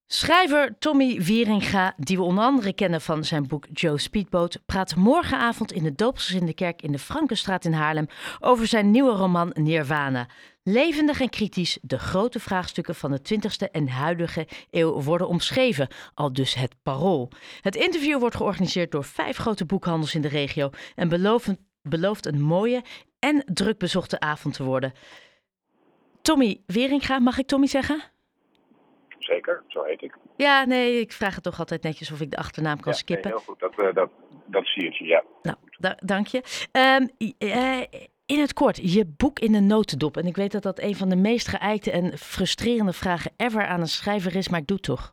Schrijver Tommy Wieringa, die we onder andere kennen van zijn boek Joe Speedboat, praat morgenavond in de Doopsgezinde Kerk in de Frankenstraat in Haarlem over zijn nieuwe roman Nirvana. Levendig en kritisch, de grote vraagstukken van de 20e en huidige eeuw worden omschreven, aldus het Parool. Het interview wordt georganiseerd door 5 grote boekhandels in de regio en belooft een mooie en druk bezochte avond te worden. Tommy Wieringa, mag ik Tommy zeggen? Zeker, zo heet ik. Ja, nee, ik vraag het toch altijd netjes of ik de achternaam kan skippen. Nee, heel goed, dat zie je, ja. Nou, dank je. In het kort, je boek in een notendop. En ik weet dat dat een van de meest geëikte en frustrerende vragen ever aan een schrijver is, maar ik doe het toch.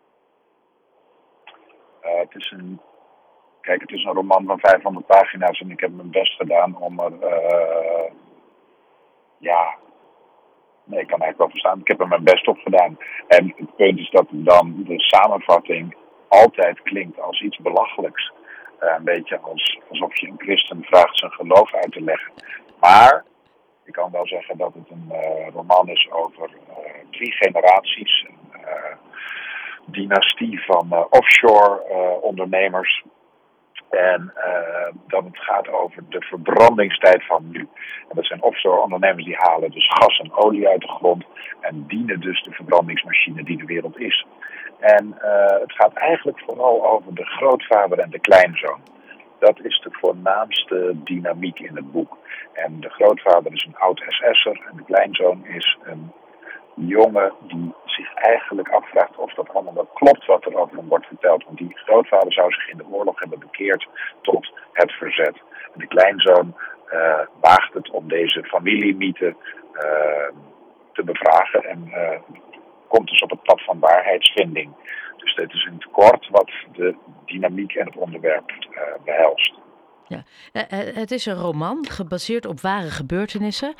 Het is een roman van 500 pagina's en ik heb mijn best gedaan om er... ik kan eigenlijk wel verstaan. Ik heb er mijn best op gedaan. En het punt is dat dan de samenvatting altijd klinkt als iets belachelijks. Een beetje alsof je een christen vraagt zijn geloof uit te leggen. Maar ik kan wel zeggen dat het een roman is over 3 generaties. Een dynastie van offshore ondernemers. En dat het gaat over de verbrandingstijd van nu. En dat zijn offshore ondernemers die halen dus gas en olie uit de grond. En dienen dus de verbrandingsmachine die de wereld is. En het gaat eigenlijk vooral over de grootvader en de kleinzoon. Dat is de voornaamste dynamiek in het boek. En de grootvader is een oud SS'er en de kleinzoon is een jongen die zich eigenlijk afvraagt of dat allemaal wel klopt wat er over hem wordt verteld. Want die grootvader zou zich in de oorlog hebben bekeerd tot het verzet. En de kleinzoon waagt het om deze familiemythe te bevragen en komt dus op het pad van waarheidsvinding. Dus dit is in het kort wat de dynamiek en het onderwerp behelst. Ja. Het is een roman gebaseerd op ware gebeurtenissen.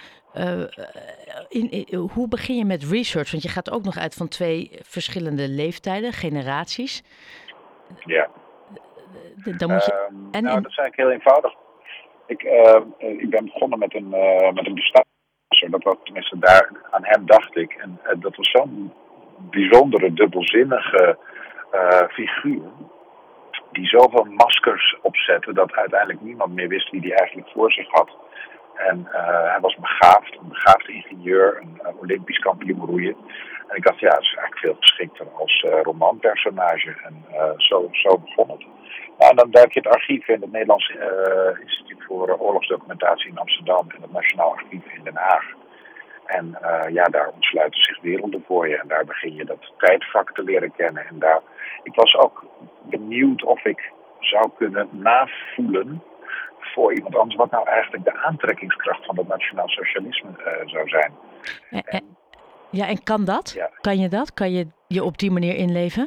Hoe begin je met research? Want je gaat ook nog uit van 2 verschillende leeftijden, generaties. Ja. Dan moet je... dat is eigenlijk heel eenvoudig. Ik ben begonnen met een bestaansonderzoeker. Dat was tenminste daar, aan hem dacht ik. En dat was zo'n bijzondere, dubbelzinnige figuur. Die zoveel maskers opzette dat uiteindelijk niemand meer wist wie die eigenlijk voor zich had. En hij was begaafd, een begaafde ingenieur, een Olympisch kampioen roeien. En ik dacht, ja, het is eigenlijk veel geschikter als romanpersonage. En zo begon het. Nou, en dan duik je het archief in het Nederlands Instituut voor Oorlogsdocumentatie in Amsterdam en het Nationaal Archief in Den Haag. En daar ontsluiten zich werelden voor je. En daar begin je dat tijdvak te leren kennen. En ik was ook benieuwd of ik zou kunnen navoelen voor iemand anders wat nou eigenlijk de aantrekkingskracht van het nationaal socialisme zou zijn. En kan dat? Ja. Kan je dat? Kan je je op die manier inleven?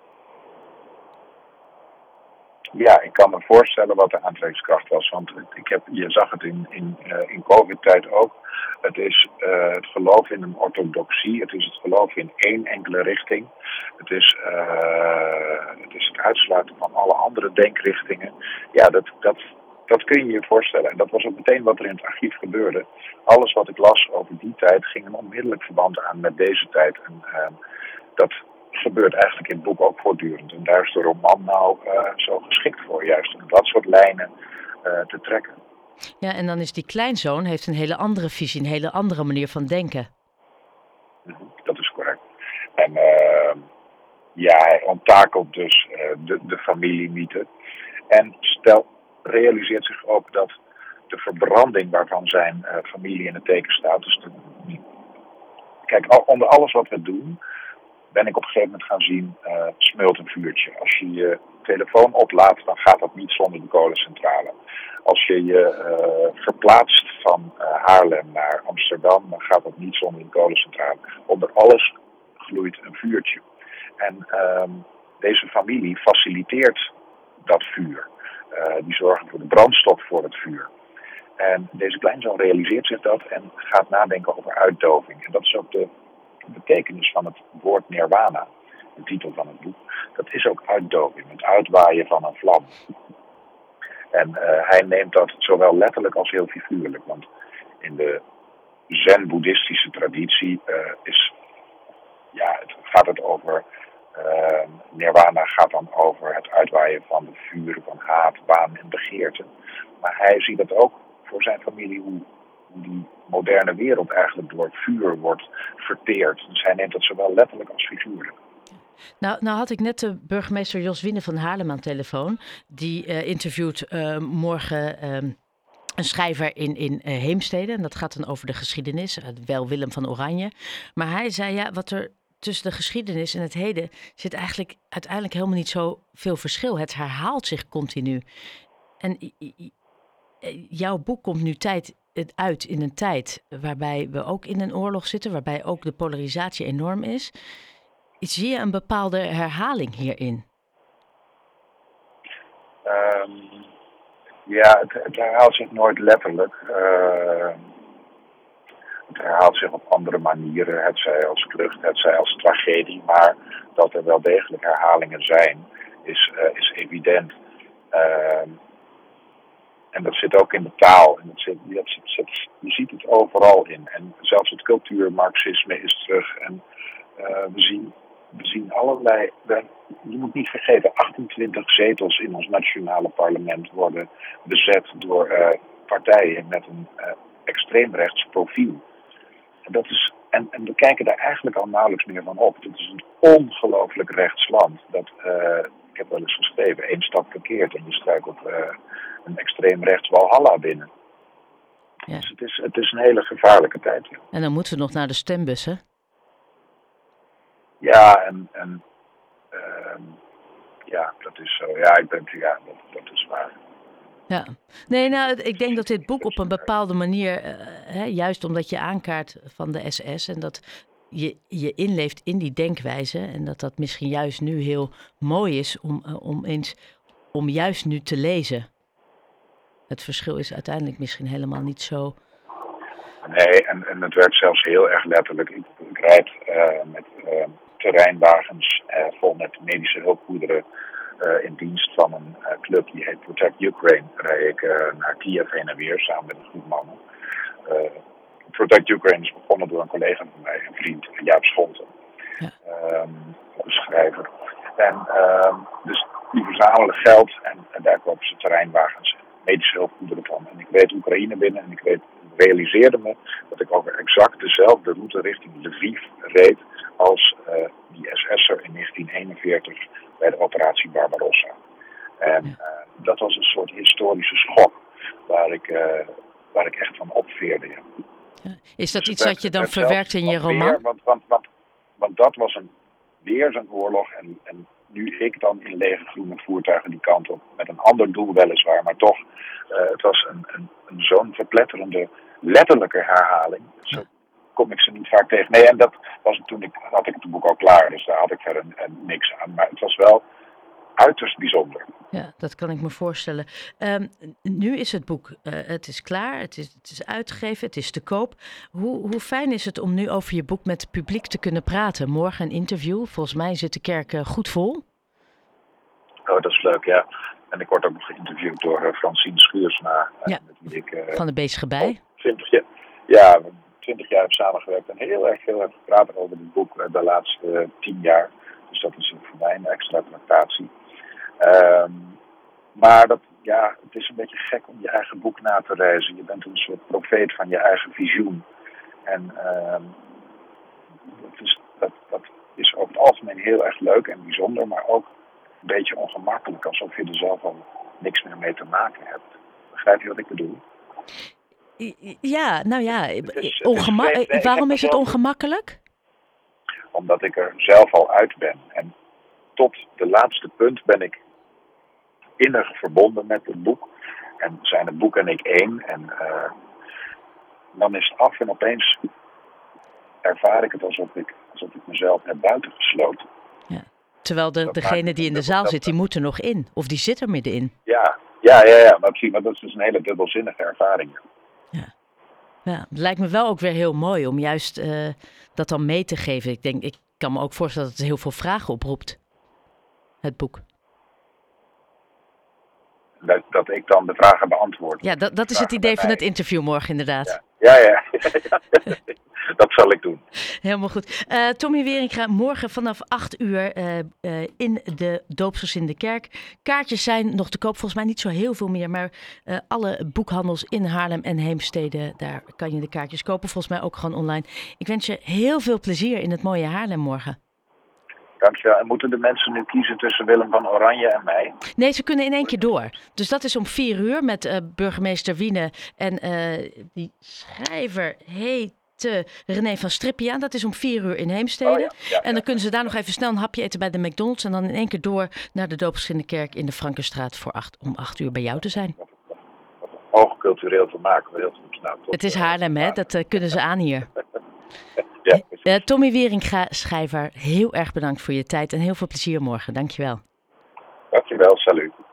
Ja, ik kan me voorstellen wat de aantrekkingskracht was. Want je zag het in COVID-tijd ook. Het is het geloof in een orthodoxie. Het is het geloof in één enkele richting. Het is het uitsluiten van alle andere denkrichtingen. Ja, dat kun je je voorstellen. En dat was ook meteen wat er in het archief gebeurde. Alles wat ik las over die tijd ging een onmiddellijk verband aan met deze tijd. En dat gebeurt eigenlijk in het boek ook voortdurend. En daar is de roman nou zo geschikt voor, juist om dat soort lijnen te trekken. Ja, en dan is die kleinzoon heeft een hele andere visie, een hele andere manier van denken. Dat is correct. En hij onttakelt dus de familiemythe. En realiseert zich ook dat de verbranding waarvan zijn familie in het teken staat. Dus kijk, onder alles wat we doen, ben ik op een gegeven moment gaan zien, smeult een vuurtje. Als je je telefoon oplaadt, dan gaat dat niet zonder de kolencentrale. Als je je verplaatst van Haarlem naar Amsterdam, dan gaat dat niet zonder de kolencentrale. Onder alles gloeit een vuurtje. En deze familie faciliteert dat vuur. Die zorgen voor de brandstof voor het vuur. En deze kleinzoon realiseert zich dat en gaat nadenken over uitdoving. En dat is ook de betekenis van het woord Nirvana, de titel van het boek. Dat is ook uitdoving, het uitwaaien van een vlam. En hij neemt dat zowel letterlijk als heel figuurlijk. Want in de zen-boeddhistische traditie gaat het over Nirvana gaat dan over het uitwaaien van de vuren van haat, waan en begeerte. Maar hij ziet het ook voor zijn familie hoe die moderne wereld eigenlijk door het vuur wordt verteerd. Dus hij neemt het zowel letterlijk als figuurlijk. Nou had ik net de burgemeester Jos Wiene van Haarlem aan de telefoon. Die interviewt morgen een schrijver in Heemstede. En dat gaat dan over de geschiedenis. Wel Willem van Oranje. Maar hij zei, ja, wat er tussen de geschiedenis en het heden zit eigenlijk uiteindelijk helemaal niet zo veel verschil. Het herhaalt zich continu. En jouw boek komt nu uit in een tijd waarbij we ook in een oorlog zitten. Waarbij ook de polarisatie enorm is. Zie je een bepaalde herhaling hierin? Ja, het herhaalt zich nooit letterlijk. Het herhaalt zich op andere manieren, hetzij als klucht, hetzij als tragedie. Maar dat er wel degelijk herhalingen zijn, is evident. En dat zit ook in de taal. En je ziet het overal in. En zelfs het cultuurmarxisme is terug. En we zien allerlei. Je moet niet vergeten, 28 zetels in ons nationale parlement worden bezet door partijen met een extreemrechts profiel. En we kijken daar eigenlijk al nauwelijks meer van op. Het is een ongelooflijk rechts land. Ik heb wel eens geschreven, 1 stap verkeerd en je struikelt een extreem rechts Walhalla binnen. Ja. Dus het is een hele gevaarlijke tijd. Ja. En dan moeten we nog naar de stembussen. Ja, dat is zo. Ja, dat is waar. Ja, nee, nou, ik denk dat dit boek op een bepaalde manier, juist omdat je aankaart van de SS en dat je inleeft in die denkwijze en dat misschien juist nu heel mooi is om juist nu te lezen. Het verschil is uiteindelijk misschien helemaal niet zo. Nee, en het werd zelfs heel erg letterlijk. Ik rijd met terreinwagens vol met medische hulpgoederen in dienst van een club die heet Protect Ukraine. Rijd ik naar Kiev heen en weer samen met een groep mannen. Protect Ukraine is begonnen door een collega van mij, een vriend, Jaap Schonten. Ja. Een schrijver. En dus die verzamelen geld en daar kopen ze terreinwagens, medische hulpgoederen van. En ik reed Oekraïne binnen en ik realiseerde me dat ik over exact dezelfde route richting Lviv reed als die SS'er in 1941 bij de operatie Barbarossa. En dat was een soort historische schok waar ik echt van opveerde. Ja. Ja. Is dat iets dat je dan verwerkt in je roman? Want dat was weer zo'n oorlog en nu ik dan in lege groene voertuigen die kant op met een ander doel weliswaar, maar toch, het was een zo'n verpletterende letterlijke herhaling. Zo kom ik ze niet vaak tegen. Nee, en dat was had ik het boek al klaar, dus daar had ik verder niks aan. Maar het was wel uiterst bijzonder. Ja, dat kan ik me voorstellen. Nu is het boek, het is klaar, het is uitgegeven, het is te koop. Hoe fijn is het om nu over je boek met het publiek te kunnen praten? Morgen een interview, volgens mij zit de kerk goed vol. Oh, dat is leuk, ja. En ik word ook nog geïnterviewd door Francine Schuursma. Ja, met wie ik, van de Bezige Bij. 20 jaar heb samengewerkt en heel erg veel heb gepraat over het boek de laatste 10 jaar. Dus dat is voor mij een extra tractatie. Maar het is een beetje gek om je eigen boek na te reizen. Je bent een soort profeet van je eigen visioen. En dat is over het algemeen heel erg leuk en bijzonder, maar ook een beetje ongemakkelijk. Alsof je er zelf al niks meer mee te maken hebt. Begrijp je wat ik bedoel? Ja, nou ja. Waarom is het ongemakkelijk? Omdat ik er zelf al uit ben. En tot de laatste punt ben ik innig verbonden met het boek. En zijn het boek en ik één. En dan is het af en opeens ervaar ik het alsof ik mezelf heb buitengesloten. Ja. Terwijl degene die in de zaal zit, die moet er nog in. Of die zit er middenin. Ja, maar dat is dus een hele dubbelzinnige ervaring. Ja, het lijkt me wel ook weer heel mooi om juist dat dan mee te geven. Ik kan me ook voorstellen dat het heel veel vragen oproept, het boek. Dat ik dan de vragen beantwoord. Ja, dat is het idee van het interview morgen inderdaad. Ja. Dat zal ik doen. Helemaal goed. Tommy Wieringa, morgen vanaf 8 uur in de Doopsgezinde Kerk. Kaartjes zijn nog te koop, volgens mij niet zo heel veel meer. Maar alle boekhandels in Haarlem en Heemstede, daar kan je de kaartjes kopen. Volgens mij ook gewoon online. Ik wens je heel veel plezier in het mooie Haarlem morgen. Dankjewel. En moeten de mensen nu kiezen tussen Willem van Oranje en mij? Nee, ze kunnen in één keer door. Dus dat is om 4 uur met burgemeester Wiene. En die schrijver heet René van Strippiaan. Dat is om 4 uur in Heemstede. En dan kunnen ze daar nog even snel een hapje eten bij de McDonald's. En dan in één keer door naar de Doopsgezinde Kerk in de Frankenstraat om 8 uur bij jou te zijn. Hoog cultureel te maken. Heel goed. Nou, het is Haarlem, hè? Dat kunnen ze aan hier. Ja, Tommy Wieringa, schrijver, heel erg bedankt voor je tijd en heel veel plezier morgen. Dankjewel. Dankjewel, salut.